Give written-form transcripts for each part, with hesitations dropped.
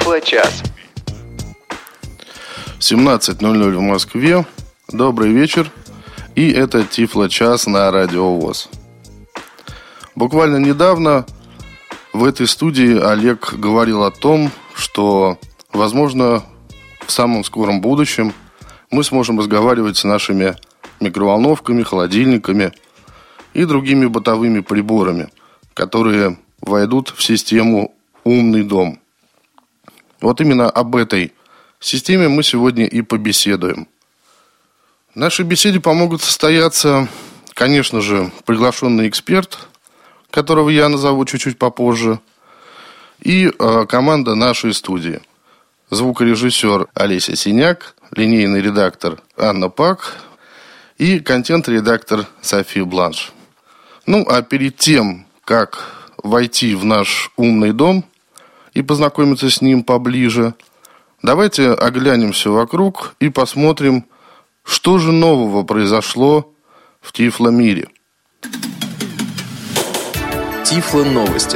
Тифло-час. 17:00 в Москве. Добрый вечер. И это Тифло-час на Радио ВОС. Буквально недавно в этой студии Олег говорил о том, что, возможно, в самом скором будущем мы сможем разговаривать с нашими микроволновками, холодильниками и другими бытовыми приборами, которые войдут в систему «Умный дом». Вот именно об этой системе мы сегодня и побеседуем. В нашей беседе помогут состояться, конечно же, приглашенный эксперт, которого я назову чуть-чуть попозже, и команда нашей студии. Звукорежиссер Олеся Синяк, линейный редактор Анна Пак и контент-редактор София Бланш. Ну, а перед тем, как войти в наш умный дом и познакомиться с ним поближе, давайте оглянемся вокруг и посмотрим, что же нового произошло в Тифло-мире. Тифло-новости.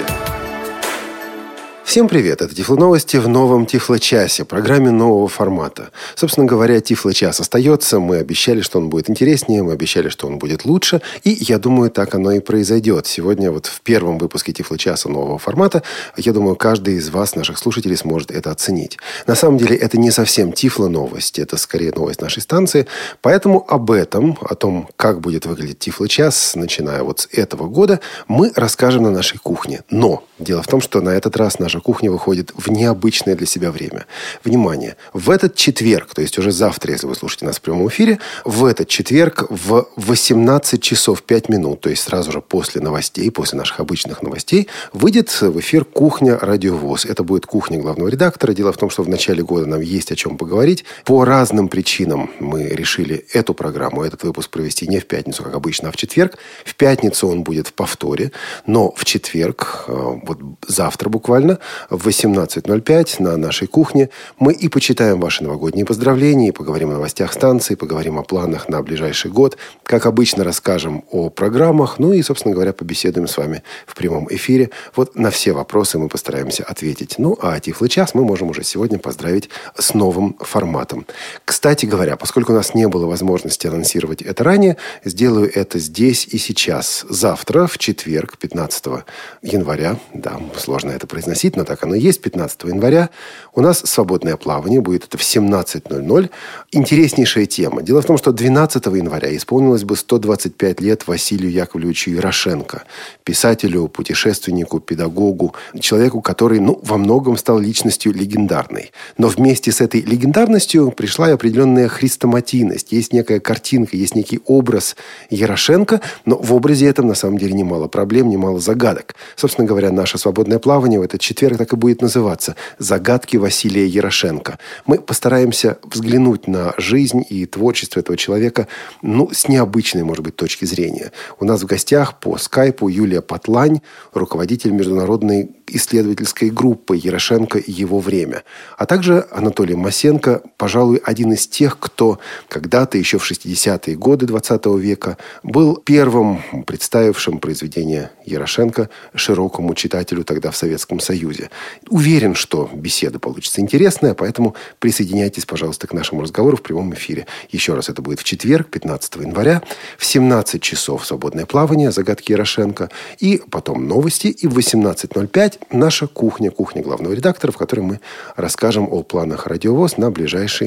Всем привет, это Тифло-новости в новом Тифло-часе, программе нового формата. Собственно говоря, Тифло-час остается, мы обещали, что он будет интереснее, мы обещали, что он будет лучше, и я думаю, так оно и произойдет. Сегодня вот в первом выпуске Тифло-часа нового формата, я думаю, каждый из вас, наших слушателей, сможет это оценить. На самом деле, это не совсем Тифло-новость, это скорее новость нашей станции, поэтому об этом, о том, как будет выглядеть Тифло-час, начиная вот с этого года, мы расскажем на нашей кухне. Но дело в том, что на этот раз наша кухня выходит в необычное для себя время. Внимание! В этот четверг, то есть уже завтра, если вы слушаете нас в прямом эфире, в этот четверг в 18 часов 5 минут, то есть сразу же после новостей, после наших обычных новостей, выйдет в эфир «Кухня Радио ВОС». Это будет кухня главного редактора. Дело в том, что в начале года нам есть о чем поговорить. По разным причинам мы решили эту программу, этот выпуск провести не в пятницу, как обычно, а в четверг. В пятницу он будет в повторе, но в четверг, вот завтра буквально, в 18:05 на нашей кухне мы и почитаем ваши новогодние поздравления, и поговорим о новостях станции, поговорим о планах на ближайший год. Как обычно, расскажем о программах, ну и, собственно говоря, побеседуем с вами в прямом эфире. Вот на все вопросы мы постараемся ответить. Ну, а Тифло-час мы можем уже сегодня поздравить с новым форматом. Кстати говоря, поскольку у нас не было возможности анонсировать это ранее, сделаю это здесь и сейчас. Завтра, в четверг, 15 января, да, сложно это произносить, но так оно и есть, 15 января, у нас свободное плавание, будет это в 17:00. Интереснейшая тема. Дело в том, что 12 января исполнилось бы 125 лет Василию Яковлевичу Ярошенко, писателю, путешественнику, педагогу, человеку, который, во многом стал личностью легендарной. Но вместе с этой легендарностью пришла и определенная хрестоматийность. Есть некая картинка, есть некий образ Ярошенко, но в образе этом, на самом деле, немало проблем, немало загадок. Собственно говоря, наше свободное плавание в этот четверг так и будет называться «Загадки Василия Ярошенко». Мы постараемся взглянуть на жизнь и творчество этого человека, с необычной, может быть, точки зрения. У нас в гостях по скайпу Юлия Потлань, руководитель международной исследовательской группы «Ярошенко и его время». А также Анатолий Масенко, пожалуй, один из тех, кто когда-то, еще в 60-е годы 20 века, был первым представившим произведение Ярошенко широкому читателю тогда в Советском Союзе. Уверен, что беседа получится интересная, поэтому присоединяйтесь, пожалуйста, к нашему разговору в прямом эфире. Еще раз, это будет в четверг, 15 января, в 17 часов свободное плавание, загадки Ярошенко, и потом новости, и в 18:05 наша кухня главного редактора, в которой мы расскажем о планах Радио ВОС на ближайший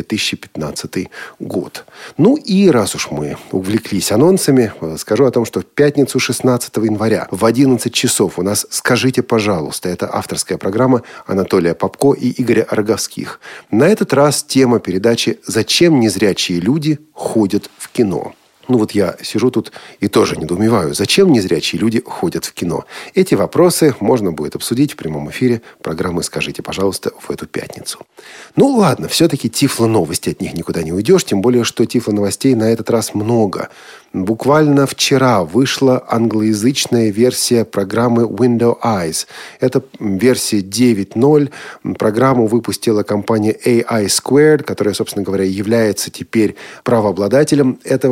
2015 год. Ну и раз уж мы увлеклись анонсами, скажу о том, что в пятницу 16 января в 11 часов у нас «Скажите, пожалуйста». Это авторская программа Анатолия Попко и Игоря Роговских. На этот раз тема передачи «Зачем незрячие люди ходят в кино?». Я сижу тут и тоже недоумеваю, зачем незрячие люди ходят в кино. Эти вопросы можно будет обсудить в прямом эфире программы «Скажите, пожалуйста» в эту пятницу. Ладно, все-таки Тифло-новости, от них никуда не уйдешь, тем более, что Тифло-новостей на этот раз много. Буквально вчера вышла англоязычная версия программы Window Eyes. Это версия 9.0. Программу выпустила компания AI Squared, которая, собственно говоря, является теперь правообладателем этого продукта.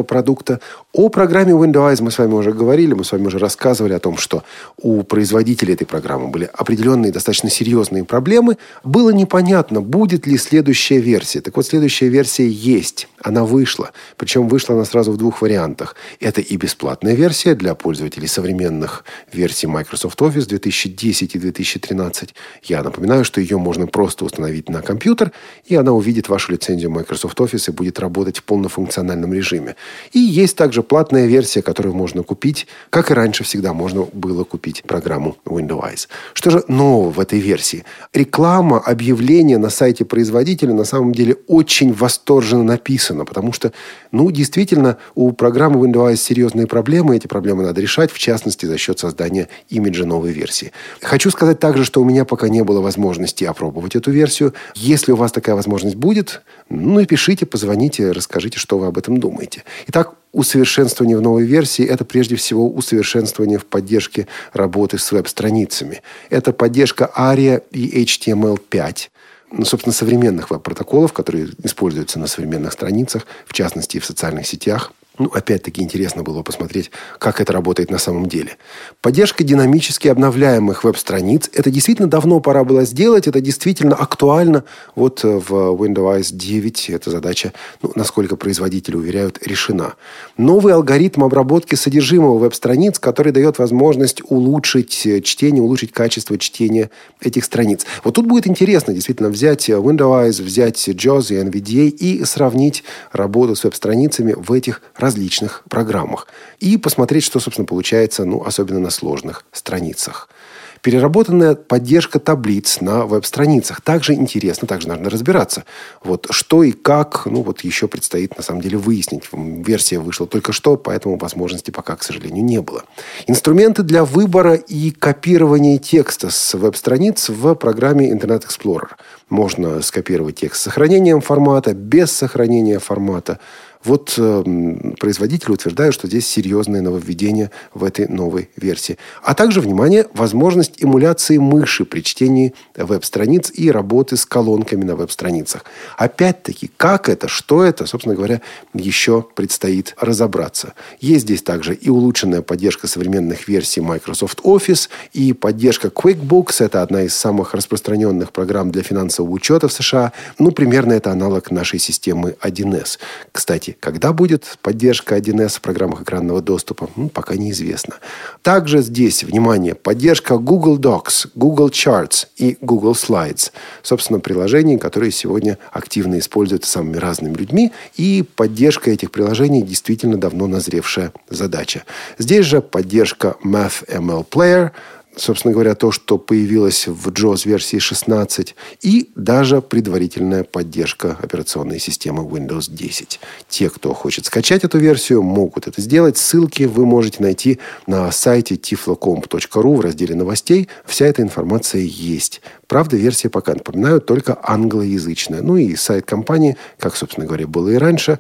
продукта. О программе Windows мы с вами уже говорили, мы с вами уже рассказывали о том, что у производителей этой программы были определенные достаточно серьезные проблемы. Было непонятно, будет ли следующая версия. Так вот, следующая версия есть. Она вышла. Причем вышла она сразу в двух вариантах. Это и бесплатная версия для пользователей современных версий Microsoft Office 2010 и 2013. Я напоминаю, что ее можно просто установить на компьютер, и она увидит вашу лицензию Microsoft Office и будет работать в полнофункциональном режиме. И есть также платная версия, которую можно купить, как и раньше всегда можно было купить программу Windows. Что же нового в этой версии? Реклама, объявление на сайте производителя на самом деле очень восторженно написано, потому что, действительно, у программы Windows серьезные проблемы. Эти проблемы надо решать, в частности, за счет создания имиджа новой версии. Хочу сказать также, что у меня пока не было возможности опробовать эту версию. Если у вас такая возможность будет, пишите, позвоните, расскажите, что вы об этом думаете. Итак, усовершенствование в новой версии – это прежде всего усовершенствование в поддержке работы с веб-страницами. Это поддержка ARIA и HTML5. Собственно, современных веб-протоколов, которые используются на современных страницах, в частности, в социальных сетях. Опять-таки интересно было посмотреть, как это работает на самом деле. Поддержка динамически обновляемых веб-страниц. Это действительно давно пора было сделать. Это действительно актуально. Вот в Windows 9 эта задача, насколько производители уверяют, решена. Новый алгоритм обработки содержимого веб-страниц, который дает возможность улучшить чтение, улучшить качество чтения этих страниц. Вот тут будет интересно действительно взять Windows, взять JAWS и NVDA и сравнить работу с веб-страницами в этих различных программах. И посмотреть, что, собственно, получается, особенно на сложных страницах. Переработанная поддержка таблиц на веб-страницах. Также интересно, также нужно разбираться. Вот что и как, еще предстоит, на самом деле, выяснить. Версия вышла только что, поэтому возможности пока, к сожалению, не было. Инструменты для выбора и копирования текста с веб-страниц в программе Internet Explorer. Можно скопировать текст с сохранением формата, без сохранения формата. Вот производители утверждают, что здесь серьезное нововведение в этой новой версии. А также, внимание, возможность эмуляции мыши при чтении веб-страниц и работы с колонками на веб-страницах. Опять-таки, как это, что это, собственно говоря, еще предстоит разобраться. Есть здесь также и улучшенная поддержка современных версий Microsoft Office, и поддержка QuickBooks. Это одна из самых распространенных программ для финансового учета в США. Примерно это аналог нашей системы 1С. Кстати, когда будет поддержка 1С в программах экранного доступа, пока неизвестно. Также здесь, внимание, поддержка Google Docs, Google Charts и Google Slides. Собственно, приложений, которые сегодня активно используются самыми разными людьми. И поддержка этих приложений действительно давно назревшая задача. Здесь же поддержка MathML Player, собственно говоря, то, что появилось в JAWS версии 16, и даже предварительная поддержка операционной системы Windows 10. Те, кто хочет скачать эту версию, могут это сделать. Ссылки вы можете найти на сайте tiflocomp.ru в разделе новостей. Вся эта информация есть. Правда, версия пока, напоминаю, только англоязычная. И сайт компании, как, собственно говоря, было и раньше,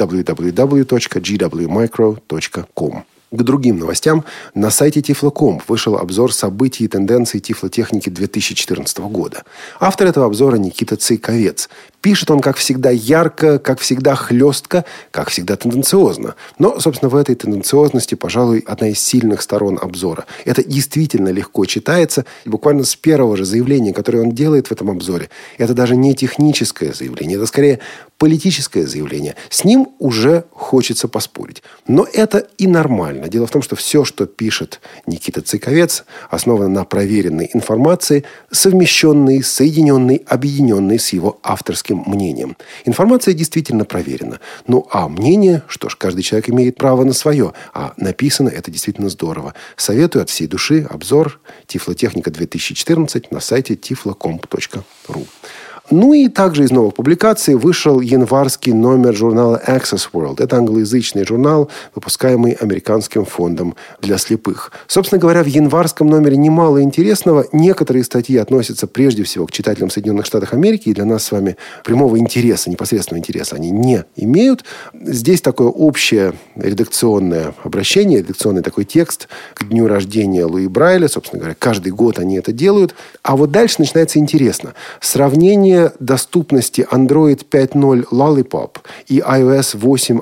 www.gwmicro.com. К другим новостям. На сайте Tiflocomp вышел обзор событий и тенденций тифлотехники 2014 года. Автор этого обзора Никита Цейковец. Пишет он, как всегда, ярко, как всегда, хлестко, как всегда, тенденциозно. Но, собственно, в этой тенденциозности, пожалуй, одна из сильных сторон обзора. Это действительно легко читается. Буквально с первого же заявления, которое он делает в этом обзоре, это даже не техническое заявление, это скорее политическое заявление. С ним уже хочется поспорить. Но это и нормально. Дело в том, что все, что пишет Никита Цейковец, основано на проверенной информации, совмещенной, соединенной, объединенной с его авторским мнением. Информация действительно проверена. А мнение, что ж, каждый человек имеет право на свое. А написано это действительно здорово. Советую от всей души обзор «Тифлотехника 2014» на сайте tiflocomp.ru. И также из новых публикаций вышел январский номер журнала Access World. Это англоязычный журнал, выпускаемый Американским фондом для слепых. Собственно говоря, в январском номере немало интересного. Некоторые статьи относятся прежде всего к читателям Соединенных Штатов Америки, и для нас с вами прямого интереса, непосредственного интереса они не имеют. Здесь такое общее редакционное обращение, редакционный такой текст к дню рождения Луи Брайля. Собственно говоря, каждый год они это делают. А вот дальше начинается интересно. Сравнение Исключение доступности Android 5.0 Lollipop и iOS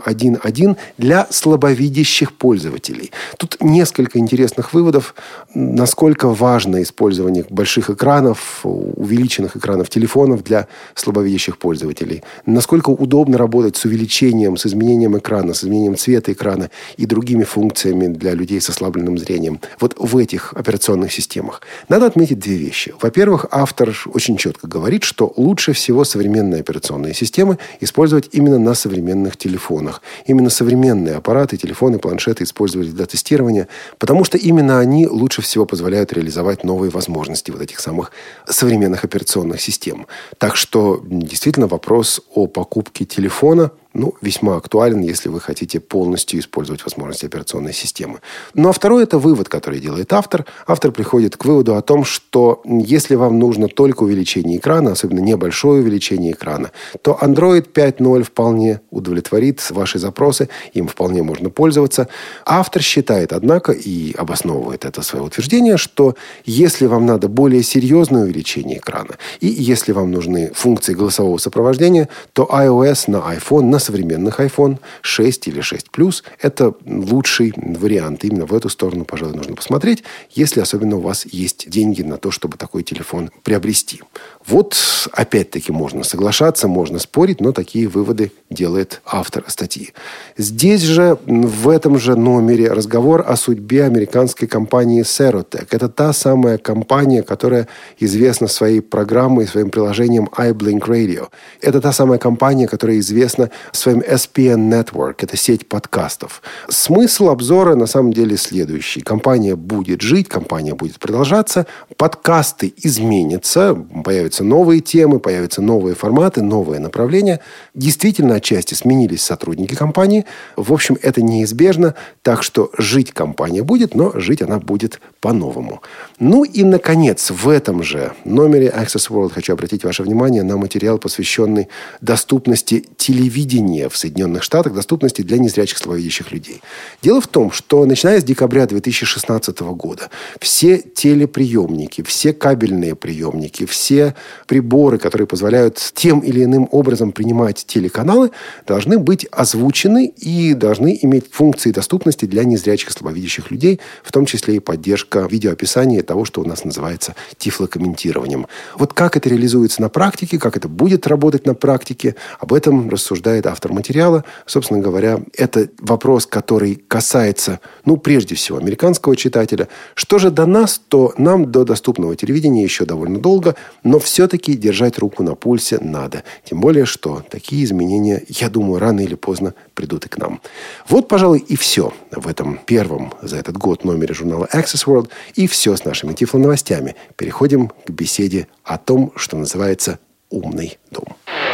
8.1.1 для слабовидящих пользователей. Тут несколько интересных выводов, насколько важно использование больших экранов, увеличенных экранов телефонов для слабовидящих пользователей. Насколько удобно работать с увеличением, с изменением экрана, с изменением цвета экрана и другими функциями для людей с ослабленным зрением. Вот в этих операционных системах. Надо отметить две вещи. Во-первых, автор очень четко говорит, что лучше всего современные операционные системы использовать именно на современных телефонах. Именно современные аппараты, телефоны, планшеты использовать для тестирования, потому что именно они лучше всего позволяют реализовать новые возможности вот этих самых современных операционных систем. Так что действительно вопрос о покупке телефона весьма актуален, если вы хотите полностью использовать возможности операционной системы. Ну, а второй – это вывод, который делает автор. Автор приходит к выводу о том, что если вам нужно только увеличение экрана, особенно небольшое увеличение экрана, то Android 5.0 вполне удовлетворит ваши запросы, им вполне можно пользоваться. Автор считает, однако, и обосновывает это свое утверждение, что если вам надо более серьезное увеличение экрана, и если вам нужны функции голосового сопровождения, то iOS на iPhone, на современных iPhone 6 или 6 Plus это лучший вариант. Именно в эту сторону, пожалуй, нужно посмотреть, если особенно у вас есть деньги на то, чтобы такой телефон приобрести. Вот, опять-таки, можно соглашаться, можно спорить, но такие выводы делает автор статьи. Здесь же, в этом же номере, разговор о судьбе американской компании Serotec. Это та самая компания, которая известна своей программой, своим приложением iBlink Radio. Это та самая компания, которая известна своим SPN Network. Это сеть подкастов. Смысл обзора на самом деле следующий. Компания будет жить, компания будет продолжаться, подкасты изменятся, появятся новые темы, появятся новые форматы, новые направления. Действительно, отчасти сменились сотрудники компании. В общем, это неизбежно. Так что жить компания будет, но жить она будет по-новому. Ну и, наконец, в этом же номере Access World хочу обратить ваше внимание на материал, посвященный доступности телевидения в Соединенных Штатах, доступности для незрячих слабовидящих людей. Дело в том, что начиная с декабря 2016 года все телеприемники, все кабельные приемники, все приборы, которые позволяют тем или иным образом принимать телеканалы, должны быть озвучены и должны иметь функции доступности для незрячих слабовидящих людей, в том числе и поддержка видеоописания того, что у нас называется тифлокомментированием. Вот как это реализуется на практике, как это будет работать на практике, об этом рассуждает автор материала. Собственно говоря, это вопрос, который касается, прежде всего, американского читателя. Что же до нас, то нам до доступного телевидения еще довольно долго, но все-таки держать руку на пульсе надо. Тем более, что такие изменения, я думаю, рано или поздно придут и к нам. Вот, пожалуй, и все в этом первом за этот год номере журнала Access World. И все с нашими тифлоновостями. Переходим к беседе о том, что называется «Умный дом».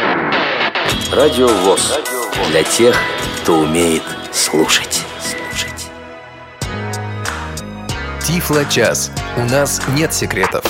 Радио ВОС. Для тех, кто умеет слушать. Тифло-час. У нас нет секретов.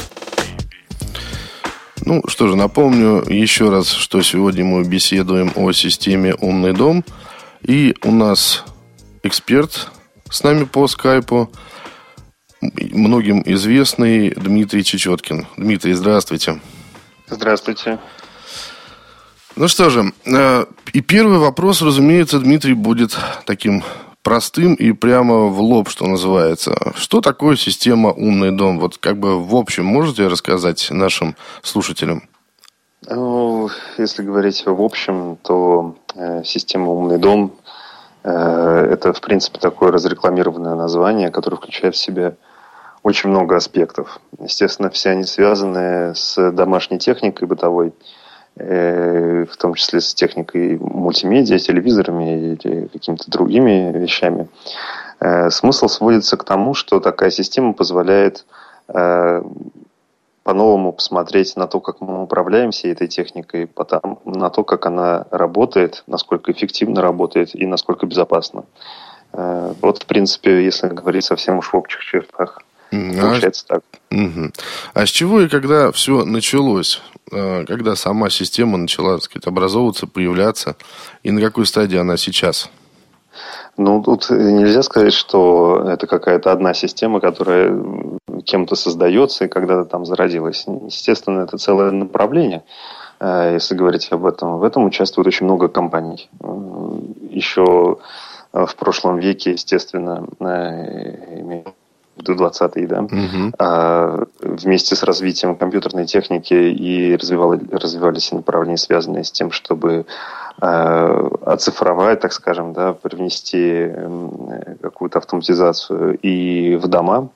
Что же, напомню еще раз, что сегодня мы беседуем о системе «Умный дом». И у нас эксперт с нами по скайпу, многим известный Дмитрий Чечеткин. Дмитрий, здравствуйте. Здравствуйте. Ну что же, и первый вопрос, разумеется, Дмитрий, будет таким простым и прямо в лоб, что называется. Что такое система «Умный дом»? Вот в общем можете рассказать нашим слушателям? Если говорить в общем, то система «Умный дом» это, в принципе, такое разрекламированное название, которое включает в себя очень много аспектов. Естественно, все они связаны с домашней техникой бытовой, в том числе с техникой мультимедиа, телевизорами или какими-то другими вещами. Смысл сводится к тому, что такая система позволяет по-новому посмотреть на то, как мы управляем всей этой техникой, на то, как она работает, насколько эффективно работает и насколько безопасно. Вот, в принципе, если говорить совсем уж в общих чертах, получается так. А с чего и когда все началось? Когда сама система начала, так сказать, образовываться, появляться? И на какой стадии она сейчас? Тут нельзя сказать, что это какая-то одна система, которая кем-то создается и когда-то там зародилась. Естественно, это целое направление. если говорить об этом. В этом участвует очень много компаний. Еще в прошлом веке, естественно, до 20-е, да, вместе с развитием компьютерной техники и развивались направления, связанные с тем, чтобы оцифровать, так скажем, да, привнести какую-то автоматизацию и в дома.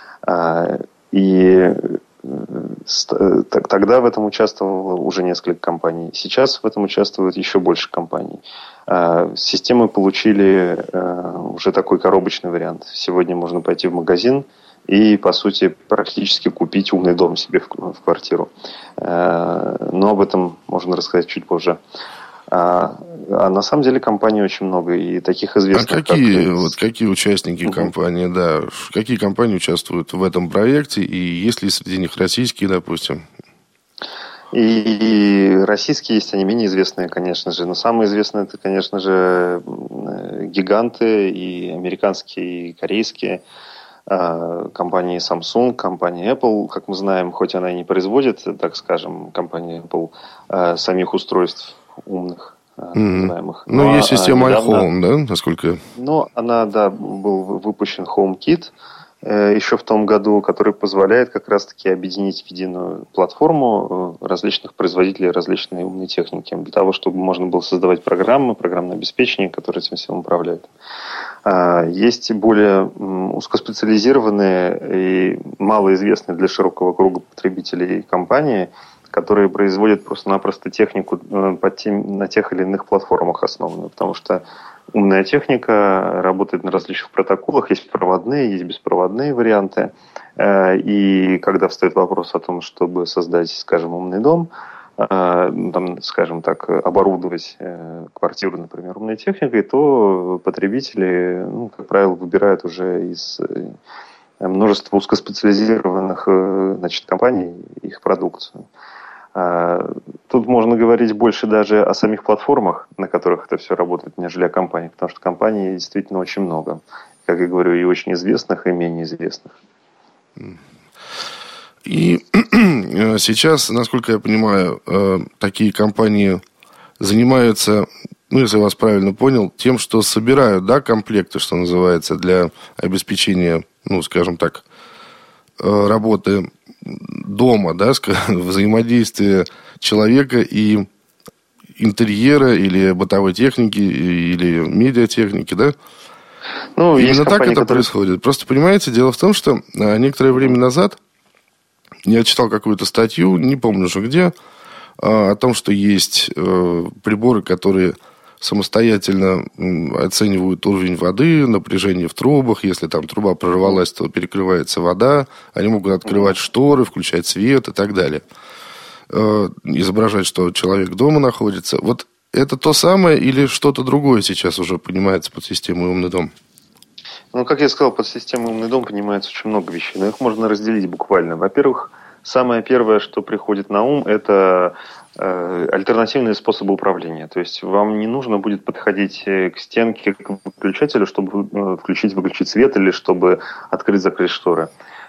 И тогда в этом участвовало уже несколько компаний. Сейчас в этом участвует еще больше компаний. Системы получили уже такой коробочный вариант. Сегодня можно пойти в магазин и, по сути, практически купить умный дом себе в квартиру. Но об этом можно рассказать чуть позже. А на самом деле компаний очень много, и таких известных. А какие участники компании, да, какие компании участвуют в этом проекте, и есть ли среди них российские, допустим? И российские есть, они менее известные, конечно же, но самые известные это, конечно же, гиганты, и американские, и корейские. Компании Samsung, компания Apple, как мы знаем, хоть она и не производит, так скажем, компания Apple самих устройств умных, называемых. Ну, есть система iHome, да, насколько... Ну, она, да, был выпущен HomeKit еще в том году, который позволяет как раз-таки объединить в единую платформу различных производителей различной умной техники, для того, чтобы можно было создавать программы, программное обеспечение, которое этим всем управляет. Есть более узкоспециализированные и малоизвестные для широкого круга потребителей компании, которые производят просто-напросто технику на тех или иных платформах основанную, потому что умная техника работает на различных протоколах, есть проводные, есть беспроводные варианты, и когда встает вопрос о том, чтобы создать, скажем, умный дом, там, скажем так, оборудовать квартиру, например, умной техникой, то потребители, как правило, выбирают уже из множества узкоспециализированных, компаний их продукцию. Тут можно говорить больше даже о самих платформах, на которых это все работает, нежели о компаниях, потому что компаний действительно очень много. Как я говорю, и очень известных, и менее известных. И сейчас, насколько я понимаю, такие компании занимаются, если я вас правильно понял, тем, что собирают, да, комплекты, что называется, для обеспечения, скажем так, работы дома, да, взаимодействия человека и интерьера или бытовой техники, или медиатехники, да? Именно так это происходит. Просто, понимаете, дело в том, что некоторое время назад я читал какую-то статью, не помню уже где, о том, что есть приборы, которые самостоятельно оценивают уровень воды, напряжение в трубах. Если там труба прорвалась, то перекрывается вода. Они могут открывать шторы, включать свет и так далее. Изображать, что человек дома находится. Вот это то самое или что-то другое сейчас уже понимается под системой «Умный дом»? Как я сказал, под системой «Умный дом» понимается очень много вещей. Но их можно разделить буквально. Во-первых, самое первое, что приходит на ум, это альтернативные способы управления. То есть вам не нужно будет подходить к стенке, к выключателю, чтобы включить-выключить свет или чтобы открыть-закрыть шторы.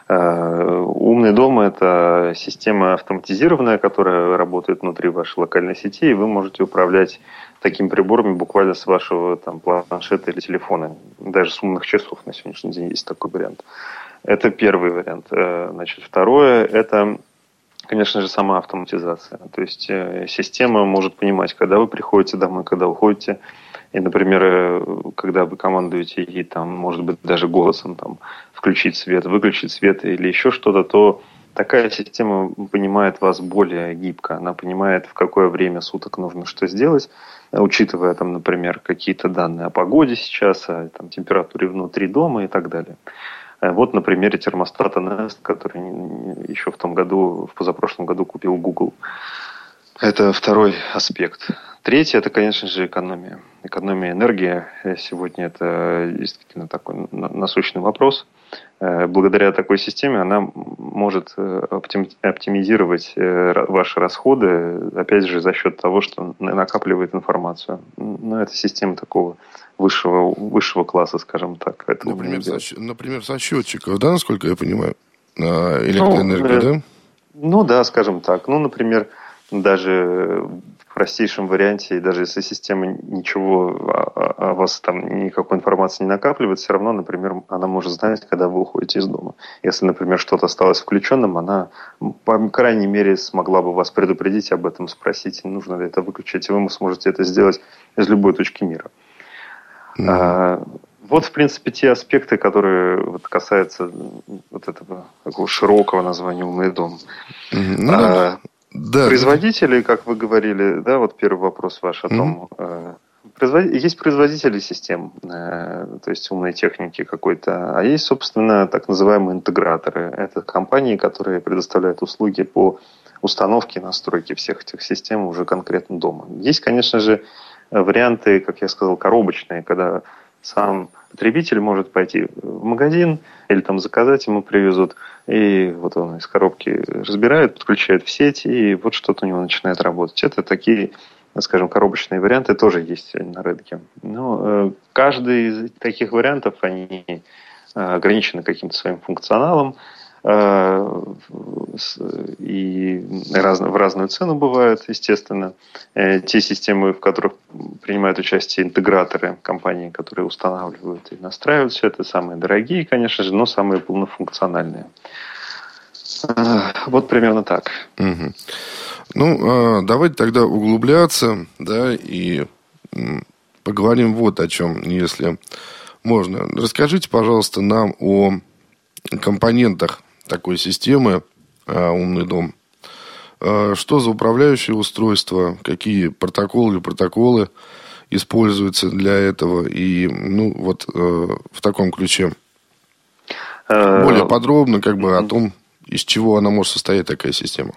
Умный дом – это система автоматизированная, которая работает внутри вашей локальной сети, и вы можете управлять такими приборами буквально с вашего планшета или телефона. Даже с умных часов на сегодняшний день есть такой вариант. Это первый вариант. Второе – это, конечно же, сама автоматизация. То есть система может понимать, когда вы приходите домой, когда уходите. И, например, когда вы командуете ей, может быть, даже голосом включить свет, выключить свет или еще что-то, то такая система понимает вас более гибко. Она понимает, в какое время суток нужно что сделать, учитывая, например, какие-то данные о погоде сейчас, о температуре внутри дома и так далее. Вот на примере термостата Nest, который еще в позапрошлом году купил Google. Это второй аспект. Третий – это, конечно же, экономия. Экономия энергии. Сегодня это действительно такой насущный вопрос. Благодаря такой системе она может оптимизировать ваши расходы, опять же, за счет того, что накапливает информацию. Но это система такого высшего класса, скажем так. Например, со счетчиков, да, насколько я понимаю, электроэнергия, да? Да, скажем так. Например, даже в простейшем варианте, и даже если система ничего о вас там, никакой информации не накапливает, все равно, например, она может знать, когда вы уходите из дома. Если, например, что-то осталось включенным, она, по крайней мере, смогла бы вас предупредить об этом, спросить, нужно ли это выключить, и вы сможете это сделать из любой точки мира. Вот, в принципе, те аспекты, которые вот касаются вот этого такого широкого названия «умный дом». Да. Производители, как вы говорили, да, вот первый вопрос ваш о том, есть производители систем, то есть умной техники какой-то, а есть, собственно, так называемые интеграторы. Это компании, которые предоставляют услуги по установке и настройке всех этих систем уже конкретно дома. Есть, конечно же, варианты, как я сказал, коробочные, когда сам потребитель может пойти в магазин или там заказать, ему привезут, и вот он из коробки разбирает, подключает в сеть, и вот что-то у него начинает работать. Это такие, скажем, коробочные варианты тоже есть сегодня на рынке. Но каждый из таких вариантов, они ограничены каким-то своим функционалом, и в разную цену бывают, естественно. Те системы, в которых принимают участие интеграторы, компании, которые устанавливают и настраивают все это, самые дорогие, конечно же, но самые полнофункциональные. Вот примерно так. Угу. Ну, давайте тогда углубляться, да, и поговорим вот о чем, если можно. Расскажите, пожалуйста, нам о компонентах такой системы «Умный дом». Что за управляющее устройство, какие протоколы используются для этого, и вот в таком ключе более подробно о том, из чего она может состоять, такая система.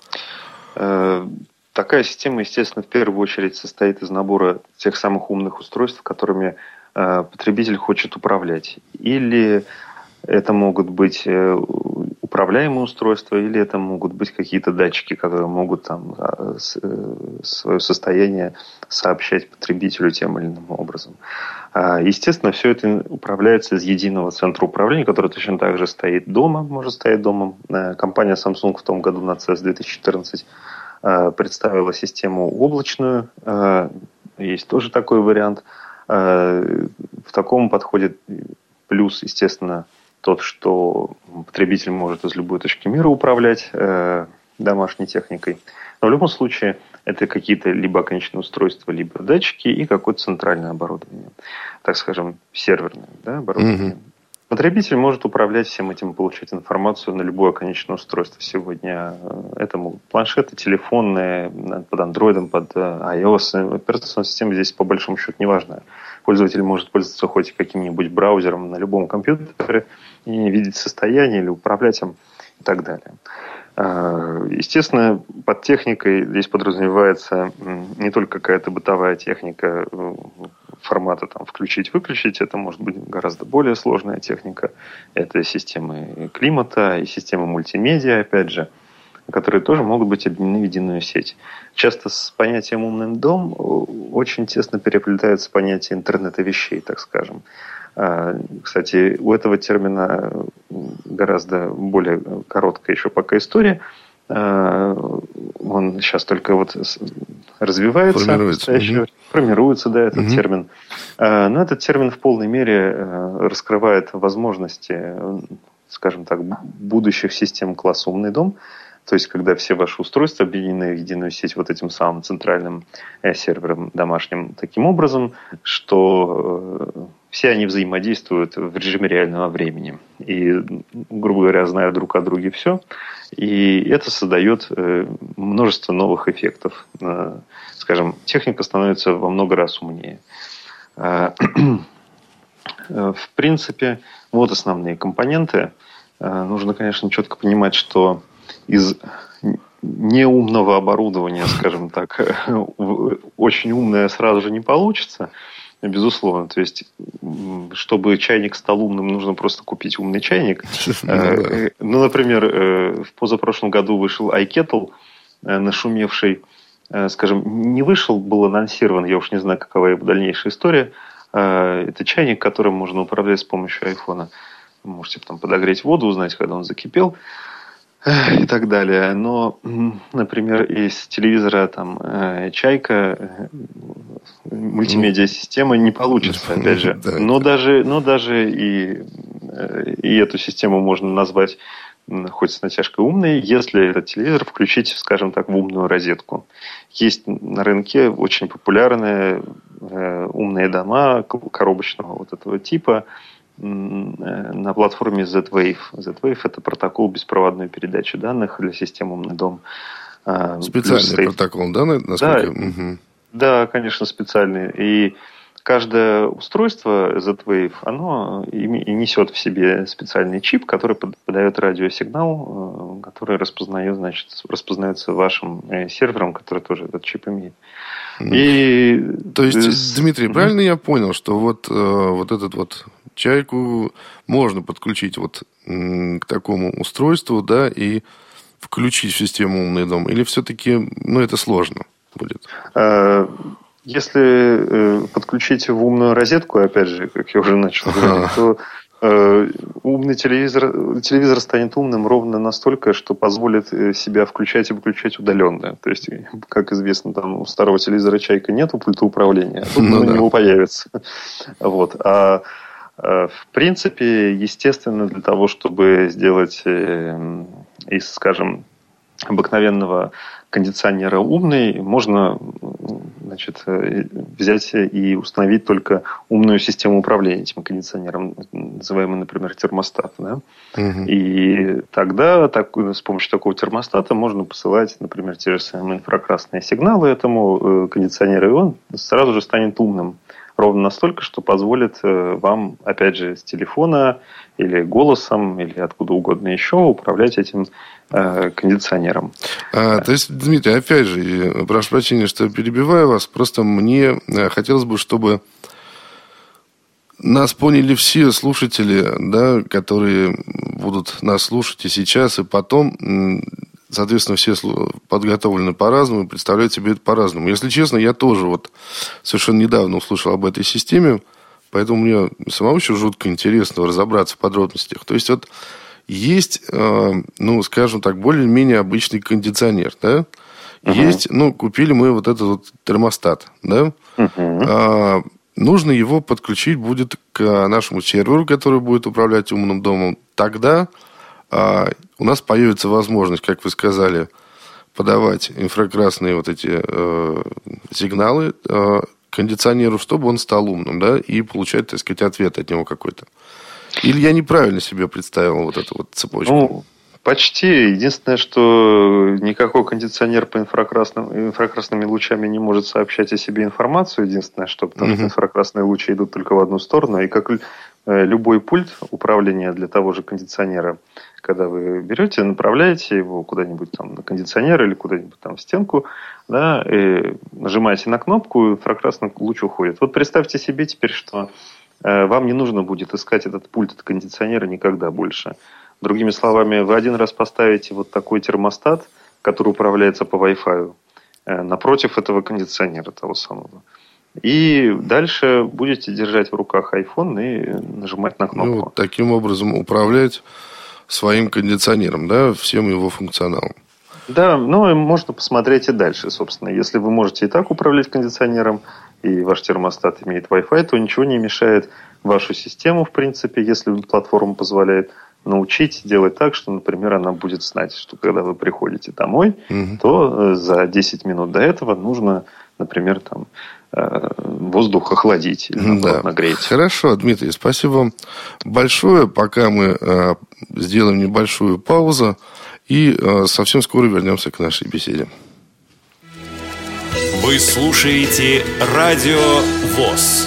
Такая система, естественно, в первую очередь состоит из набора тех самых умных устройств, которыми потребитель хочет управлять. Или это могут быть управляемые устройства, или это могут быть какие-то датчики, которые могут там свое состояние сообщать потребителю тем или иным образом. Естественно, все это управляется из единого центра управления, который точно так же стоит дома, может стоять дома. Компания Samsung в том году на CES 2014 представила систему облачную. Есть тоже такой вариант. В таком подходит плюс, естественно, тот, что потребитель может из любой точки мира управлять домашней техникой. Но в любом случае это какие-то либо оконечные устройства, либо датчики и какое-то центральное оборудование. Так скажем, серверное оборудование. Потребитель может управлять всем этим, получать информацию на любое конечное устройство сегодня. Это могут планшеты, телефонные, под Android, под iOS. Операционная система здесь по большому счету не важна. Пользователь может пользоваться хоть каким-нибудь браузером на любом компьютере и видеть состояние или управлять им и так далее. Естественно, под техникой здесь подразумевается не только какая-то бытовая техника формата там включить-выключить, это может быть гораздо более сложная техника. Это системы климата и системы мультимедиа, опять же, которые тоже могут быть объединены в единую сеть. Часто с понятием «умный дом» очень тесно переплетаются понятия интернета вещей, так скажем. Кстати, у этого термина гораздо более короткая еще пока история. Он сейчас только вот развивается. Формируется, этот термин. Но этот термин в полной мере раскрывает возможности, скажем так, будущих систем класса «умный дом». То есть, когда все ваши устройства объединены в единую сеть вот этим самым центральным сервером домашним таким образом, что все они взаимодействуют в режиме реального времени. И, грубо говоря, знают друг о друге все. И это создает множество новых эффектов. Скажем, техника становится во много раз умнее. В принципе, вот основные компоненты. Нужно, конечно, четко понимать, что из неумного оборудования, скажем так, очень умное сразу же не получится, безусловно. То есть, чтобы чайник стал умным, нужно просто купить умный чайник. Например, в позапрошлом году вышел iKettle, нашумевший, скажем, не вышел, был анонсирован, я уж не знаю, какова его дальнейшая история. Это чайник, которым можно управлять с помощью айфона. Вы можете там подогреть воду, узнать, когда он закипел. и так далее. Но, например, из телевизора там «Чайка» мультимедиа-система не получится, опять же. Но даже и эту систему можно назвать хоть с натяжкой умной, если этот телевизор включить, скажем так, в умную розетку. Есть на рынке очень популярные умные дома коробочного вот этого типа на платформе Z-Wave. Z-Wave – это протокол беспроводной передачи данных для систем «Умный дом». Специальный протокол, да, насколько? Да, конечно, специальный. И каждое устройство Z-Wave, оно и несет в себе специальный чип, который подает радиосигнал, который распознается вашим сервером, который тоже этот чип имеет. То есть, Дмитрий, правильно я понял, что вот этот вот «Чайку» можно подключить вот к такому устройству, да, и включить в систему «Умный дом»? Или все-таки, это сложно будет? Если подключить в умную розетку, опять же, как я уже начал говорить, то умный телевизор станет умным ровно настолько, что позволит себя включать и выключать удаленно. То есть, как известно, там у старого телевизора «Чайка» нету пульта управления, а тут на него появится. Вот. А в принципе, естественно, для того, чтобы сделать из, скажем, обыкновенного кондиционера умный, можно, взять и установить только умную систему управления этим кондиционером, называемый, например, термостат. Да? И тогда с помощью такого термостата можно посылать, например, те же самые инфракрасные сигналы этому кондиционеру, и он сразу же станет умным. Ровно настолько, что позволит вам, опять же, с телефона или голосом, или откуда угодно еще управлять этим кондиционером. То есть, Дмитрий, опять же, прошу прощения, что перебиваю вас, просто мне хотелось бы, чтобы нас поняли все слушатели, да, которые будут нас слушать и сейчас, и потом. Соответственно, все подготовлены по-разному, представляют себе это по-разному. Если честно, я тоже совершенно недавно услышал об этой системе, поэтому мне самому еще жутко интересно разобраться в подробностях. То есть, есть, скажем так, более-менее обычный кондиционер, да? Есть, купили мы вот этот термостат, да? Нужно его подключить будет к нашему серверу, который будет управлять умным домом. Тогда у нас появится возможность, как вы сказали, подавать инфракрасные вот эти сигналы кондиционеру, чтобы он стал умным, да, и получать, так сказать, ответ от него какой-то. Или я неправильно себе представил вот эту вот цепочку? Почти. Единственное, что никакой кондиционер по инфракрасными лучами не может сообщать о себе информацию. Единственное, что потому что инфракрасные лучи идут только в одну сторону. И как любой пульт управления для того же кондиционера, когда вы берете, направляете его куда-нибудь там на кондиционер или куда-нибудь там в стенку, да, и нажимаете на кнопку, и инфракрасный луч уходит. Вот представьте себе теперь, что вам не нужно будет искать этот пульт от кондиционера никогда больше. Другими словами, вы один раз поставите вот такой термостат, который управляется по Wi-Fi, напротив этого кондиционера того самого. И дальше будете держать в руках iPhone и нажимать на кнопку. Таким образом управлять своим кондиционером, да, всем его функционалом. Да, и можно посмотреть и дальше, собственно. Если вы можете и так управлять кондиционером, и ваш термостат имеет Wi-Fi, то ничего не мешает вашу систему, в принципе, если платформа позволяет, научить делать так, что, например, она будет знать, что когда вы приходите домой, то за 10 минут до этого нужно, например, там, воздух охладить или нагреть. Хорошо, Дмитрий, спасибо вам большое. Пока мы сделаем небольшую паузу и совсем скоро вернемся к нашей беседе. Вы слушаете Радио ВОС.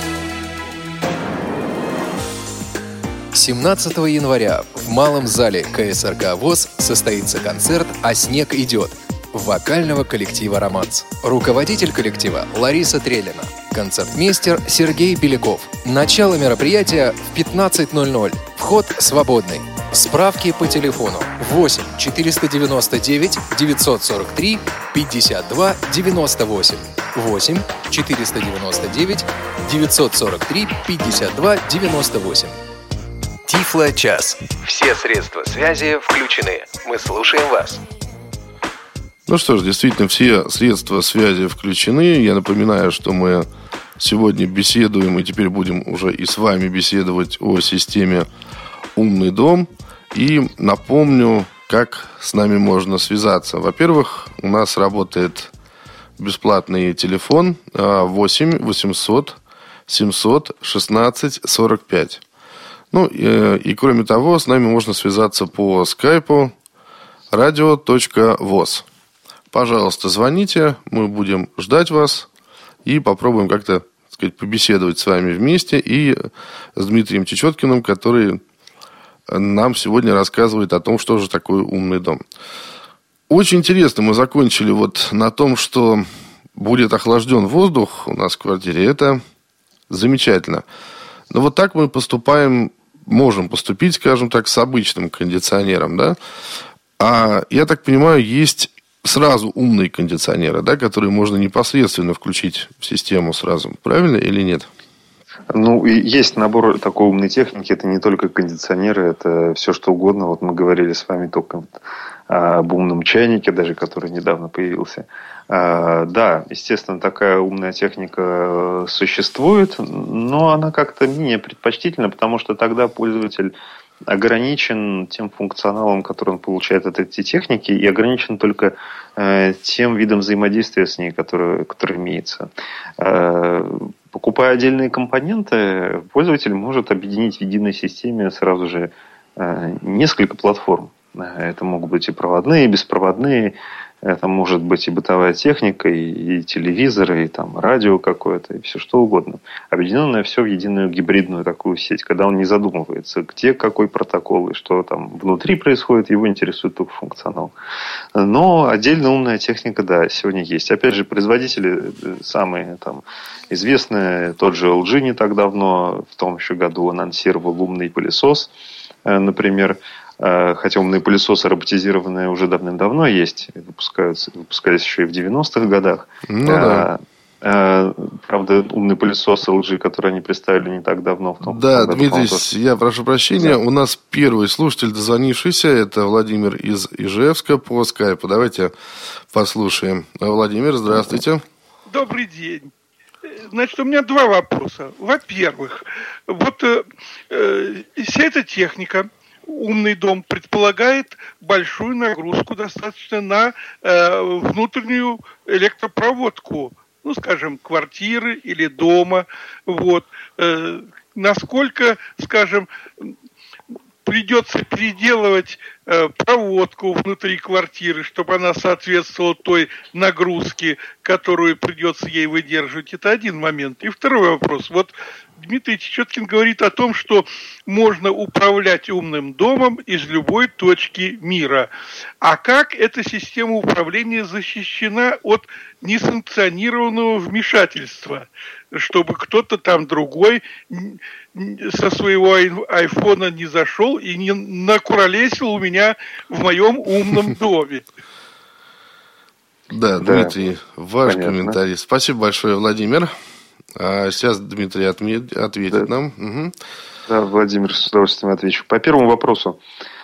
17 января в Малом зале КСРК ВОС состоится концерт «А снег идет» вокального коллектива «Романс». Руководитель коллектива Лариса Трелина. Концертмейстер Сергей Беляков. Начало мероприятия в 15:00. Вход свободный. Справки по телефону 8 499 943 52 98. 8 499 943 52 98. Тифло-час. Все средства связи включены. Мы Мы слушаем вас. Ну что ж, действительно, все средства связи включены. Я напоминаю, что мы сегодня беседуем, и теперь будем уже и с вами беседовать о системе «Умный дом». И напомню, как с нами можно связаться. Во-первых, у нас работает бесплатный телефон 8 800 700 16 45. Ну и кроме того, с нами можно связаться по скайпу radio.voz. Пожалуйста, звоните, мы будем ждать вас и попробуем как-то, так сказать, побеседовать с вами вместе и с Дмитрием Чечеткиным, который нам сегодня рассказывает о том, что же такое умный дом. Очень интересно, мы закончили вот на том, что будет охлажден воздух у нас в квартире. Это замечательно. Но вот так мы поступаем, можем поступить, скажем так, с обычным кондиционером, да? А я так понимаю, есть сразу умные кондиционеры, да, которые можно непосредственно включить в систему сразу. Правильно или нет? Ну, и есть набор такой умной техники. Это не только кондиционеры, это все что угодно. Вот мы говорили с вами только об умном чайнике, даже который недавно появился. Да, естественно, такая умная техника существует, но она как-то менее предпочтительна, потому что тогда пользователь ограничен тем функционалом, который он получает от этой техники, и ограничен только тем видом взаимодействия с ней, который имеется. Покупая отдельные компоненты, пользователь может объединить в единой системе сразу же несколько платформ. Это могут быть и проводные, и беспроводные. Это может быть и бытовая техника, и телевизоры, и там радио какое-то, и все что угодно. Объединенное все в единую гибридную такую сеть, когда он не задумывается, где какой протокол и что там внутри происходит, его интересует только функционал. Но отдельно умная техника, да, сегодня есть. Опять же, производители самые там известные, тот же LG не так давно, в том еще году анонсировал умный пылесос, например. Хотя умные пылесосы роботизированные уже давным-давно есть, выпускались еще и в 90-х годах. Ну, да. Правда, умный пылесос LG, который они представили не так давно. В том да, году, Дмитрий, я прошу прощения, у нас первый слушатель, дозвонившийся, это Владимир из Ижевска по скайпу. Давайте послушаем. Владимир, здравствуйте. Добрый день. Значит, у меня два вопроса. Во-первых, вот вся эта техника, умный дом, предполагает большую нагрузку достаточно на внутреннюю электропроводку, ну, скажем, квартиры или дома. Вот. Насколько, скажем, придется переделывать проводку внутри квартиры, чтобы она соответствовала той нагрузке, которую придется ей выдерживать. Это один момент. И второй вопрос. Вот Дмитрий Чечеткин говорит о том, что можно управлять умным домом из любой точки мира. А как эта система управления защищена от несанкционированного вмешательства? Чтобы кто-то там другой со своего айфона не зашел и не накуролесил у меня в моем умном доме. Да, Дмитрий, ваш комментарий. Спасибо большое, Владимир. А сейчас Дмитрий ответит нам. Угу. Да, Владимир, с удовольствием отвечу. По первому вопросу.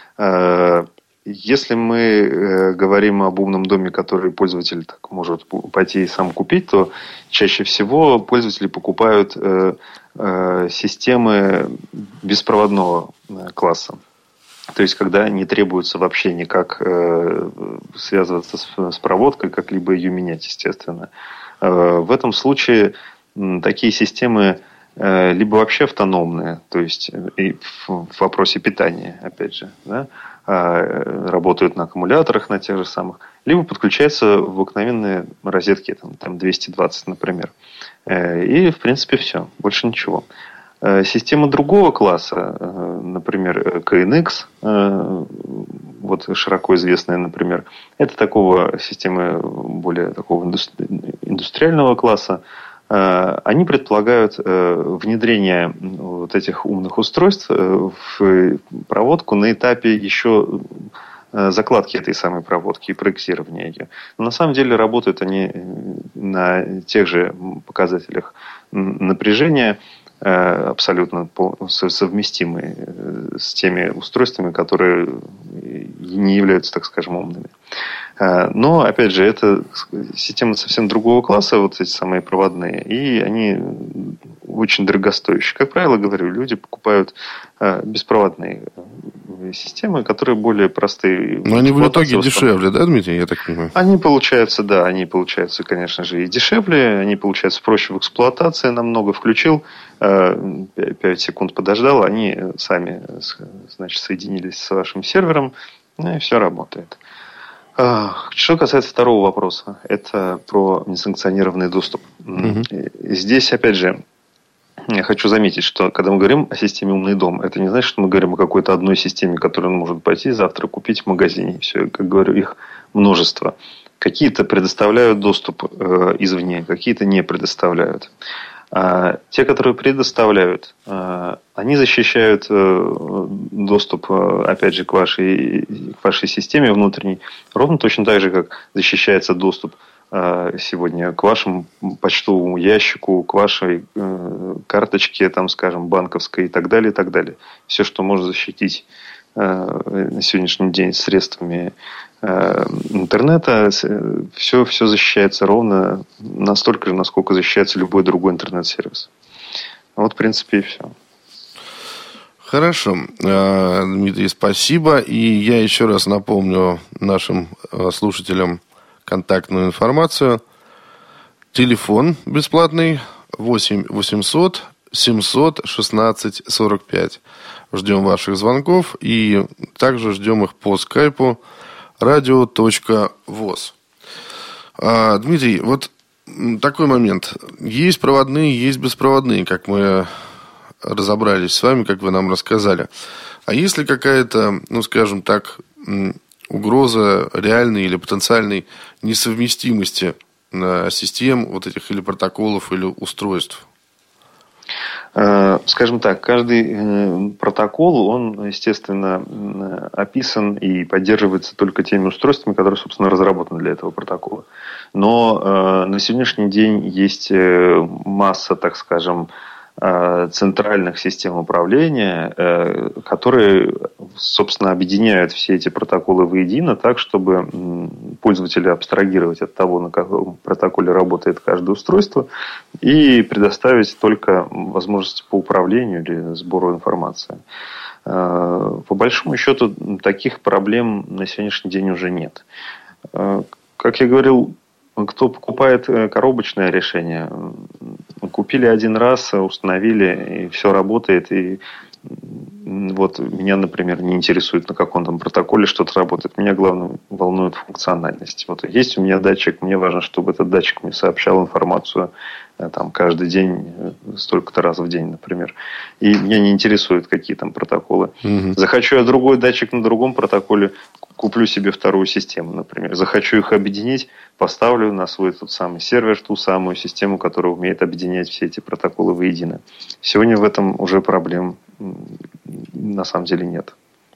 Если мы говорим об умном доме, который пользователь так может пойти и сам купить, то чаще всего пользователи покупают системы беспроводного класса. То есть, когда не требуется вообще никак связываться с проводкой, как-либо ее менять, естественно. В этом случае такие системы либо вообще автономные, то есть и в вопросе питания, опять же, да, работают на аккумуляторах, на тех же самых, либо подключаются в обыкновенные розетки, там 220, например. И, в принципе, все, больше ничего. Система другого класса, например, KNX, вот широко известная, например, это такого системы более такого индустриального класса. Они предполагают внедрение вот этих умных устройств в проводку на этапе еще закладки этой самой проводки и проектирования ее. Но на самом деле работают они на тех же показателях напряжения, абсолютно совместимы с теми устройствами, которые не являются, так скажем, умными. Но, опять же, это системы совсем другого класса, вот эти самые проводные, и они очень дорогостоящие. Как правило, говорю, люди покупают беспроводные системы, которые более простые. Но они в итоге дешевле, да, Дмитрий, я так понимаю? Они получаются, конечно же, и дешевле, они получаются проще в эксплуатации намного. Включил, 5 секунд подождал, они сами, значит, соединились с вашим сервером, и все работает. Что касается второго вопроса, это про несанкционированный доступ. Здесь, опять же, я хочу заметить, что когда мы говорим о системе «Умный дом», это не значит, что мы говорим о какой-то одной системе, которую он может пойти завтра купить в магазине. Все, как говорю, их множество. Какие-то предоставляют доступ извне, какие-то не предоставляют. Те, которые предоставляют, они защищают доступ, опять же, к вашей системе внутренней, ровно точно так же, как защищается доступ сегодня к вашему почтовому ящику, к вашей карточке, там, скажем, банковской и так далее, и так далее. Все, что можно защитить на сегодняшний день средствами интернета, все защищается ровно настолько же, насколько защищается любой другой интернет-сервис. Вот, в принципе, и все. Хорошо. Дмитрий, спасибо. И я еще раз напомню нашим слушателям контактную информацию. Телефон бесплатный 8 800 700 16 45. Ждем ваших звонков и также ждем их по скайпу radio.voz. Дмитрий, вот такой момент. Есть проводные, есть беспроводные, как мы разобрались с вами, как вы нам рассказали. А есть ли какая-то, ну, скажем так, угроза реальной или потенциальной несовместимости систем вот этих или протоколов, или устройств? Скажем так, каждый протокол, он, естественно, описан и поддерживается только теми устройствами, которые, собственно, разработаны для этого протокола. Но на сегодняшний день есть масса, так скажем, центральных систем управления, которые, собственно, объединяют все эти протоколы воедино так, чтобы пользователя абстрагировать от того, на каком протоколе работает каждое устройство, и предоставить только возможности по управлению или сбору информации. По большому счету, таких проблем на сегодняшний день уже нет. Как я говорил, кто покупает коробочное решение, купили один раз, установили, и все работает. И вот меня, например, не интересует, на каком там протоколе что-то работает. Меня, главное, волнует функциональность. Вот есть у меня датчик, мне важно, чтобы этот датчик мне сообщал информацию там, каждый день, столько-то раз в день, например. И меня не интересует, какие там протоколы. Захочу я другой датчик на другом протоколе, куплю себе вторую систему, например. Захочу их объединить, поставлю на свой тот самый сервер ту самую систему, которая умеет объединять все эти протоколы воедино. Сегодня в этом уже проблем на самом деле нет.